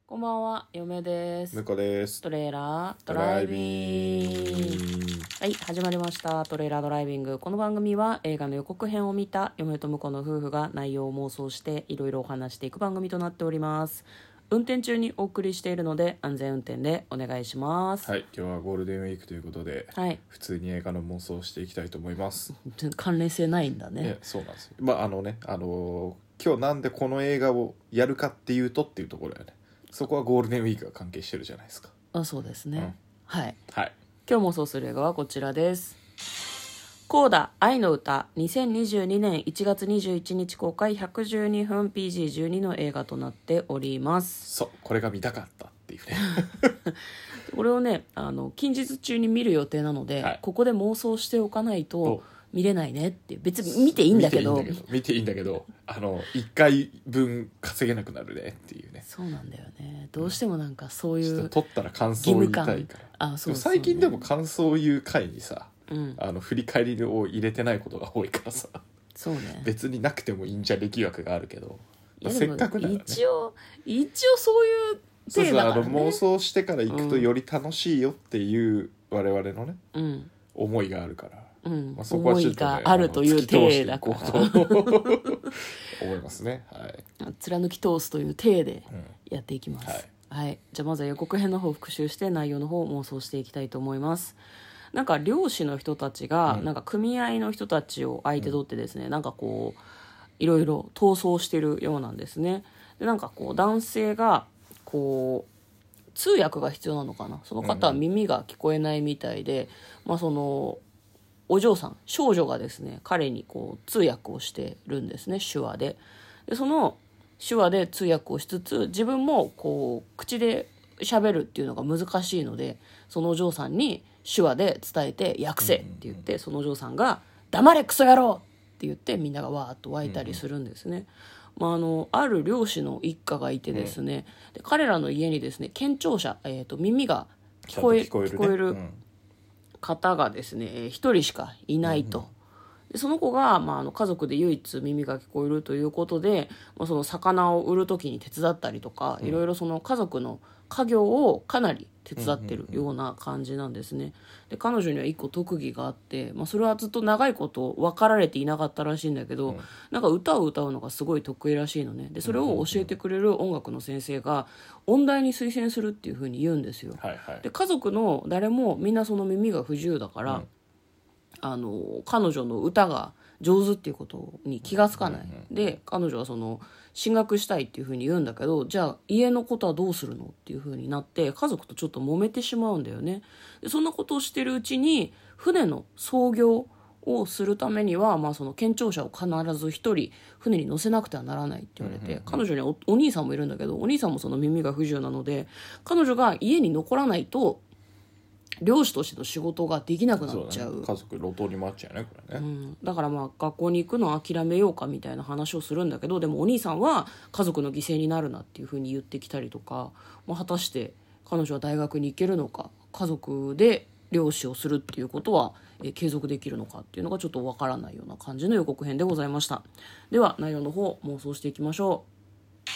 こんばんは、嫁です。 向こうです。 トレーラードライビング。はい、始まりました。トレーラードライビング。この番組は映画の予告編を見た嫁と婿の夫婦が内容を妄想していろいろお話していく番組となっております。運転中にお送りしているので安全運転でお願いします。 はい、今日はゴールデンウィークということで、 はい、 普通に映画の妄想をしていきたいと思います。 関連性ないんだね。 そうなんですよ。今日なんでこの映画をやるかっていうとっていうところだよね。そこはゴールデンウィークが関係してるじゃないですか。 そうですね、はい。 はい。 今日妄想する映画はこちらです。コーダ愛の歌、2022年1月21日公開、112分 PG12 の映画となっております。 そう、これが見たかったっていうね。 これをね、近日中に見る予定なので、 はいここで妄想しておかないとお見れないねっていう。別に見ていいんだけど見ていいんだけど1回分稼げなくなるねっていうね。 そうなんだよね。どうしてもなんかそういうちょっと撮ったら感想を言いたいから。 そうそうね、 最近でも感想を言う回にさ、 うん振り返りを入れてないことが多いからさ、 そうね。 別になくてもいいんじゃね疑惑があるけど、 いやせっかくならね、 一応そういうそうそう、 体だからね。 妄想してから行くとより楽しいよっていう我々のね、 うん思いがあるから、 うんそこはちょっとね、 思いがあるという体だから突き通していこうと思いますね。はい。 貫き通すという体でやっていきます、 はい、 はい。じゃあまずは予告編の方を復習して内容の方を妄想していきたいと思います。なんか漁師の人たちが、なんか組合の人たちを相手取ってですね、なんかこういろいろ闘争してるようなんですね。でなんかこう男性がこう通訳が必要なのかな、その方は耳が聞こえないみたいで、まあそのお嬢さん少女がですね彼にこう通訳をしてるんですね、手話で。でその手話で通訳をしつつ自分もこう口で喋るっていうのが難しいので、そのお嬢さんに手話で伝えて訳せって言って、そのお嬢さんが黙れクソ野郎って言ってみんながわーっと湧いたりするんですね。ある漁師の一家がいてですね、で彼らの家にですね健聴者、耳が聞こえる方がですね一人しかいないと。でその子が、家族で唯一耳が聞こえるということで、その魚を売る時に手伝ったりとか、いろいろその家族の家業をかなり手伝ってるような感じなんですね。で彼女には一個特技があって、それはずっと長いこと分かられていなかったらしいんだけど、なんか歌を歌うのがすごい得意らしいのね。でそれを教えてくれる音楽の先生が音大に推薦するっていうふうに言うんですよ。 はいはい。 で家族の誰もみんなその耳が不自由だから、彼女の歌が上手っていうことに気がつかない、で彼女はその進学したいっていうふうに言うんだけど、じゃあ家のことはどうするのっていうふうになって家族とちょっと揉めてしまうんだよね。でそんなことをしてるうちに船の操業をするためには、その健聴者を必ず一人船に乗せなくてはならないって言われて、彼女にはお兄さんもいるんだけど、お兄さんもその耳が不自由なので彼女が家に残らないと漁師としての仕事ができなくなっちゃう。 家族路頭に回っちゃうねこれね、 だから学校に行くのを諦めようかみたいな話をするんだけど、でもお兄さんは家族の犠牲になるなっていう風に言ってきたりとか、果たして彼女は大学に行けるのか、家族で漁師をするっていうことは継続できるのかっていうのがちょっとわからないような感じの予告編でございました。では内容の方妄想していきましょう。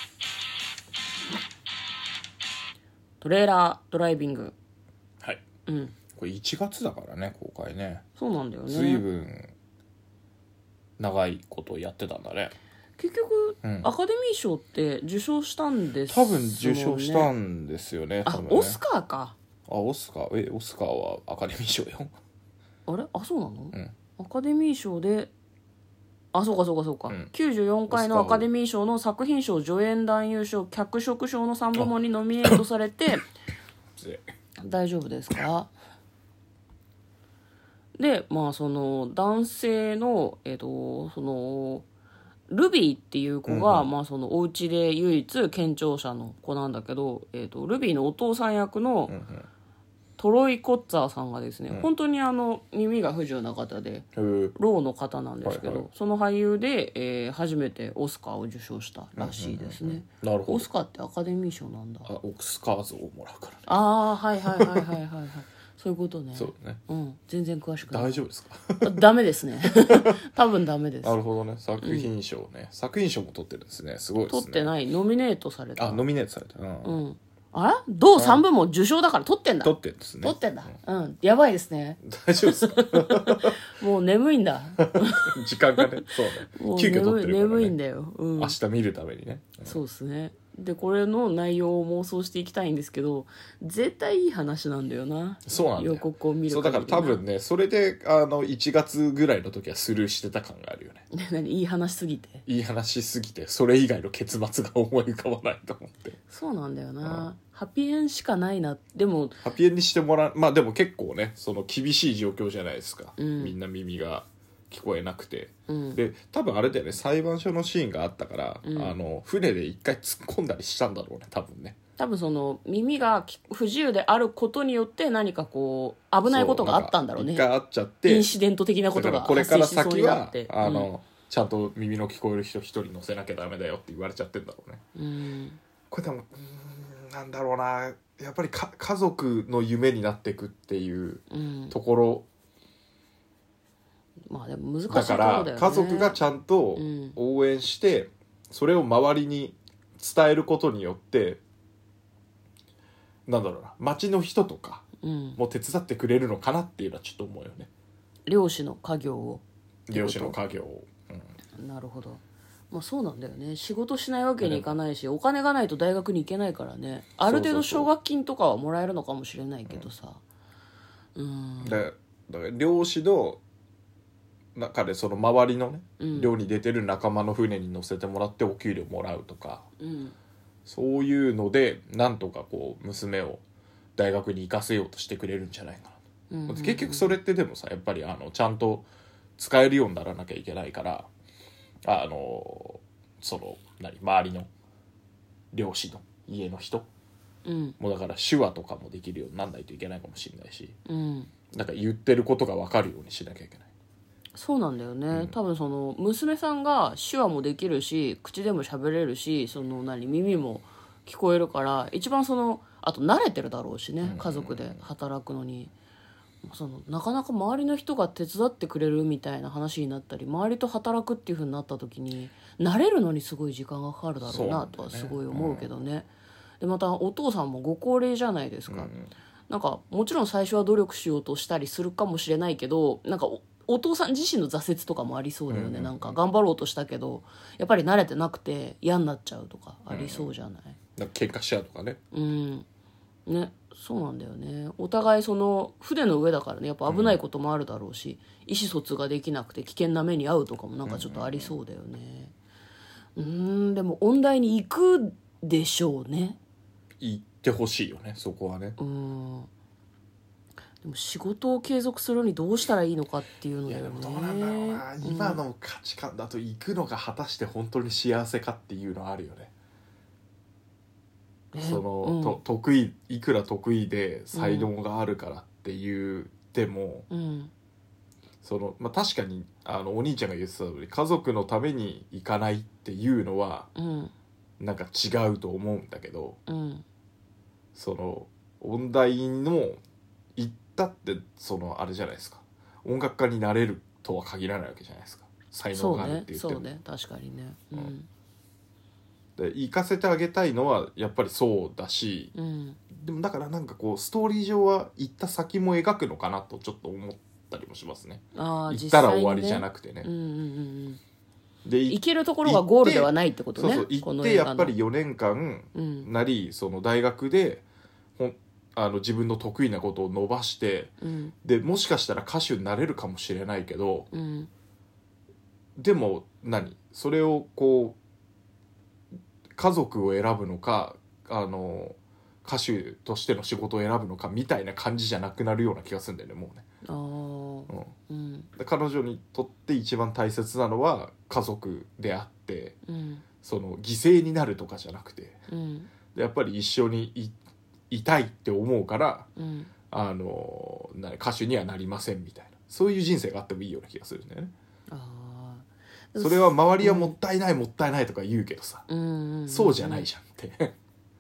トレーラードライビング。 はい、これ1月だからね公開ね。 そうなんだよね。 随分長いことやってたんだね。 結局、アカデミー賞って受賞したんですよね。多分受賞したんですよね。多分ね。 オスカーか。 オスカーはアカデミー賞よ。 あれそうなの、アカデミー賞でそうか、94回のアカデミー賞の作品賞、助演男優賞、脚色賞の3部門にノミネートされて大丈夫ですか。でその男性のそのルビーっていう子が、そのお家で唯一健聴者の子なんだけど、ルビーのお父さん役の、トロイ・コッツァーさんがですね、本当に耳が不自由な方でろうの方なんですけど、その俳優で、初めてオスカーを受賞したらしいですね。 なるほど。 オスカーってアカデミー賞なんだ。 オスカー像をもらうからね。 はい。 そういうことね。 そうね。 全然詳しくない。 大丈夫ですか？ ダメですね。多分ダメです。 なるほどね。作品賞ね、作品賞も取ってるんですね。すごいですね。 取ってない。ノミネートされた。 あ、ノミネートされた。 あれ同3部門受賞だから取ってんだ。 取ってるんですね。 取ってんだ。やばいですね。 大丈夫ですか？ もう眠いんだ。 時間がね、そうね。 もう急遽取ってるからね。 眠いんだよ。 明日見るためにね。 そうですね。でこれの内容を妄想していきたいんですけど、絶対いい話なんだよな。 そうなんだよ。 予告を見るそうだから多分ね、それで1月ぐらいの時はスルーしてた感があるよね。 何、いい話すぎて。 いい話すぎてそれ以外の結末が思い浮かばないと思って。 そうなんだよな。ハッピーエンドしかないな。でもハッピーエンドにしてもらう。まあでも結構ね、その厳しい状況じゃないですか。みんな耳が聞こえなくて、で多分あれだよね、裁判所のシーンがあったから、船で一回突っ込んだりしたんだろうね、多分ね。 多分その耳が不自由であることによって何かこう危ないことがあったんだろうね。 一回あっちゃってインシデント的なことがこれから先はちゃんと耳の聞こえる人一人乗せなきゃダメだよって言われちゃってんだろうね。これでもなんだろうな、やっぱり家族の夢になっていくっていうところ、 まあでも難しいところだよね。 だから家族がちゃんと応援して、それを周りに伝えることによって、なんだろうな、町の人とかも手伝ってくれるのかなっていうのはちょっと思うよね。 漁師の家業を。 漁師の家業を。 なるほど。まあそうなんだよね。仕事しないわけにいかないし、お金がないと大学に行けないからね。ある程度奨学金とかはもらえるのかもしれないけどさ。 だから漁師の中でその周りのね、漁に出てる仲間の船に乗せてもらってお給料もらうとか、そういうのでなんとかこう娘を大学に行かせようとしてくれるんじゃないかなと。結局それってでもさ、やっぱりちゃんと使えるようにならなきゃいけないから、その周りの漁師の家の人、もうだから手話とかもできるようになんないといけないかもしれないし、なんか言ってることが分かるようにしなきゃいけない。 そうなんだよね、多分その娘さんが手話もできるし口でも喋れるし、その耳も聞こえるから、一番あと慣れてるだろうしね、家族で働くのに。なかなか周りの人が手伝ってくれるみたいな話になったり、周りと働くっていう風になった時に慣れるのにすごい時間がかかるだろうなとはすごい思うけどね。でまたお父さんもご高齢じゃないですか、なんかもちろん最初は努力しようとしたりするかもしれないけど、なんかお父さん自身の挫折とかもありそうだよね、なんか頑張ろうとしたけどやっぱり慣れてなくて嫌になっちゃうとかありそうじゃない、 なんか喧嘩しちゃうとかね。 ね、そうなんだよね。お互い船の上だからね、やっぱ危ないこともあるだろうし、意思疎通ができなくて危険な目に遭うとかもなんかちょっとありそうだよね。でも音大に行くでしょうね。 行ってほしいよね、そこはね。 でも仕事を継続するにどうしたらいいのかっていうのだよね。 どうなんだろうな、今の価値観だと行くのが果たして本当に幸せかっていうのはあるよね。得意、いくら得意で才能があるからって言っても、確かにお兄ちゃんが言ってた通り家族のために行かないっていうのは、なんか違うと思うんだけど、音大の行ったってあれじゃないですか、音楽家になれるとは限らないわけじゃないですか、才能があるって言っても。 そうね、確かにね。 で行かせてあげたいのはやっぱりそうだし、でもだからなんかこうストーリー上は行った先も描くのかなとちょっと思ったりもしますね。行ったら終わりじゃなくてね。 で行けるところがゴールではないってことね。 行ってやっぱり4年間なり、大学で自分の得意なことを伸ばして、でもしかしたら歌手になれるかもしれないけど、でもそれをこう家族を選ぶのか歌手としての仕事を選ぶのかみたいな感じじゃなくなるような気がするんだよね、もうね。彼女にとって一番大切なのは家族であって、犠牲になるとかじゃなくて、でやっぱり一緒にいたいって思うから、歌手にはなりませんみたいな、そういう人生があってもいいような気がするんだよね。それは周りはもったいない、もったいないとか言うけどさ、そうじゃないじゃんって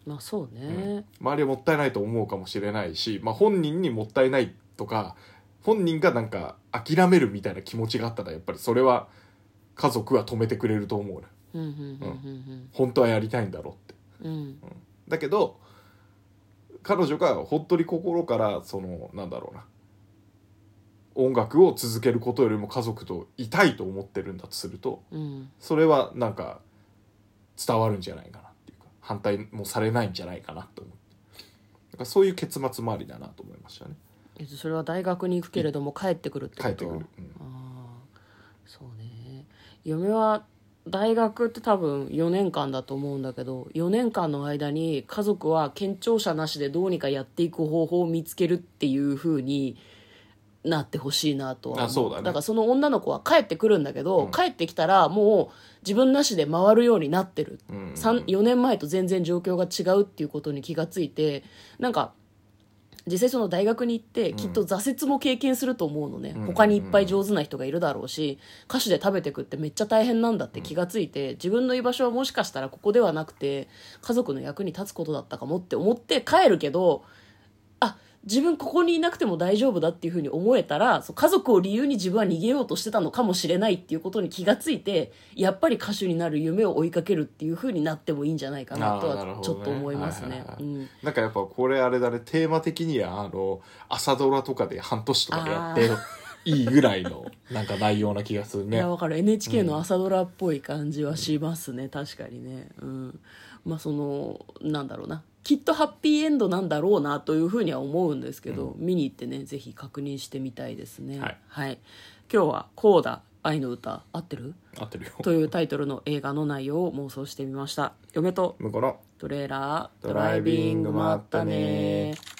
まあそうね、 周りはもったいないと思うかもしれないし、まあ、本人にもったいないとか本人がなんか諦めるみたいな気持ちがあったらやっぱりそれは家族は止めてくれると思うね、本当はやりたいんだろうって、だけど彼女が本当に心からそのなんだろうな音楽を続けることよりも家族といたいと思ってるんだとすると、それはなんか伝わるんじゃないかなっていうか反対もされないんじゃないかなと思ってだからそういう結末もありだなと思いましたね。 それは大学に行くけれども帰ってくるってこと？ 帰ってくる、 そうね。嫁は大学って多分4年間だと思うんだけど、4年間の間に家族は健聴者なしでどうにかやっていく方法を見つけるっていう風になってほしいなとは思う。 そうだね。 だからその女の子は帰ってくるんだけど、帰ってきたらもう自分なしで回るようになってる、4年前と全然状況が違うっていうことに気がついて、なんか実際その大学に行ってきっと挫折も経験すると思うのね、他にいっぱい上手な人がいるだろうし、歌手で食べてくってめっちゃ大変なんだって気がついて、自分の居場所はもしかしたらここではなくて家族の役に立つことだったかもって思って帰るけど、自分ここにいなくても大丈夫だっていうふうに思えたら、家族を理由に自分は逃げようとしてたのかもしれないっていうことに気がついて、やっぱり歌手になる夢を追いかけるっていうふうになってもいいんじゃないかなとはちょっと思いますね。 なんかやっぱこれあれだね、テーマ的には朝ドラとかで半年とかでやっていいぐらいのなんか内容な気がするね。 いやわかる、 NHK の朝ドラっぽい感じはしますね、確かにね。まあそのなんだろうな、きっとハッピーエンドなんだろうなというふうには思うんですけど、見に行ってねぜひ確認してみたいですね。はい、今日はコーダ愛の歌合ってる合ってるよというタイトルの映画の内容を妄想してみました。嫁と向こうのトレーラードライビングもあったね。